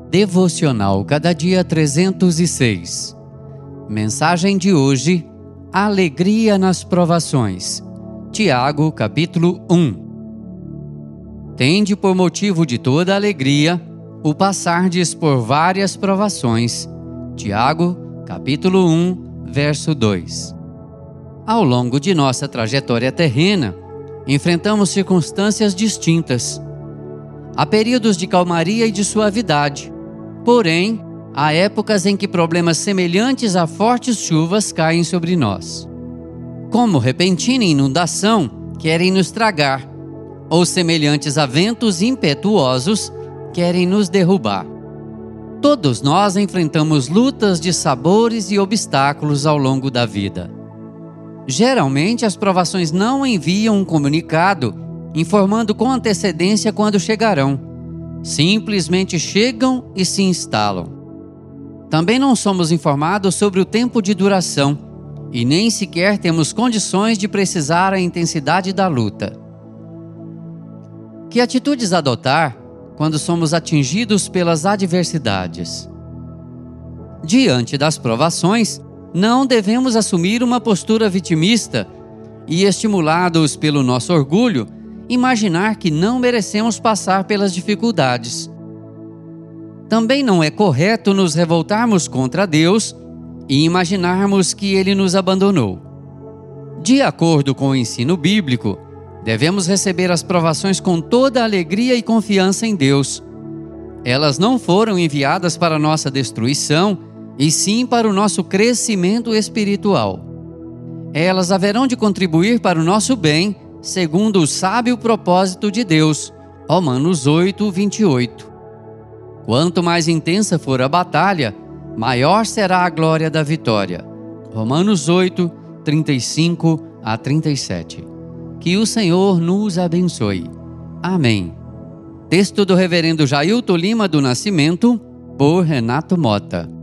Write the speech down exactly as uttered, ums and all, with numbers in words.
Devocional Cada Dia trezentos e seis. Mensagem de hoje: Alegria nas provações. Tiago, capítulo um. Tende por motivo de toda alegria o passardes por várias provações. Tiago, capítulo um, verso dois. Ao longo de nossa trajetória terrena, enfrentamos circunstâncias distintas. Há períodos de calmaria e de suavidade. Porém, há épocas em que problemas semelhantes a fortes chuvas caem sobre nós. Como repentina inundação, querem nos tragar, ou semelhantes a ventos impetuosos, querem nos derrubar. Todos nós enfrentamos lutas de sabores e obstáculos ao longo da vida. Geralmente, as provações não enviam um comunicado informando com antecedência quando chegarão. Simplesmente chegam e se instalam. Também não somos informados sobre o tempo de duração e nem sequer temos condições de precisar a intensidade da luta. Que atitudes adotar quando somos atingidos pelas adversidades? Diante das provações, não devemos assumir uma postura vitimista e, estimulados pelo nosso orgulho, imaginar que não merecemos passar pelas dificuldades. Também não é correto nos revoltarmos contra Deus e imaginarmos que Ele nos abandonou. De acordo com o ensino bíblico, devemos receber as provações com toda a alegria e confiança em Deus. Elas não foram enviadas para nossa destruição, e sim para o nosso crescimento espiritual. Elas haverão de contribuir para o nosso bem, segundo o sábio propósito de Deus. Romanos oito, vinte e oito. Quanto mais intensa for a batalha, maior será a glória da vitória. Romanos oito, trinta e cinco a trinta e sete. Que o Senhor nos abençoe. Amém. Texto do reverendo Jailton Lima do Nascimento, por Renato Mota.